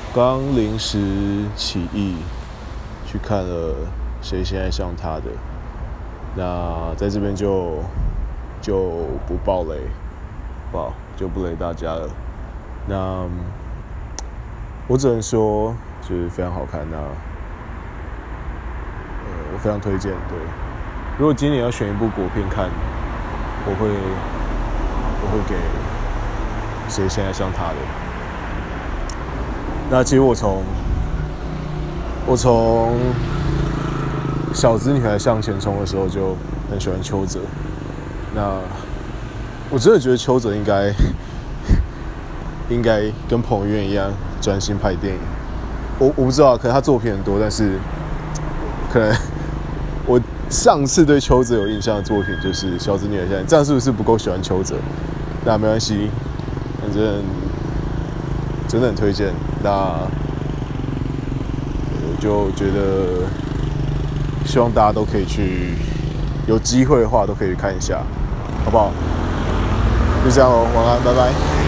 刚临时起意去看了谁先爱上他的，那在这边就不爆雷，就不雷大家了。那我只能说就是非常好看，那我非常推荐。对，如果今年要选一部国片看，我会给谁先爱上他的。那其实我从小资女孩向前冲的时候就很喜欢邱泽。那我真的觉得邱泽应该跟彭于晏一样专心拍电影。我不知道，可能他作品很多，但是可能我上次对邱泽有印象的作品就是《小资女孩向前冲》，这样是不是不够喜欢邱泽？那没关系，反正真的很推荐。那我就觉得，希望大家都可以去，有机会的话都可以去看一下，好不好？就这样咯，晚安，拜拜。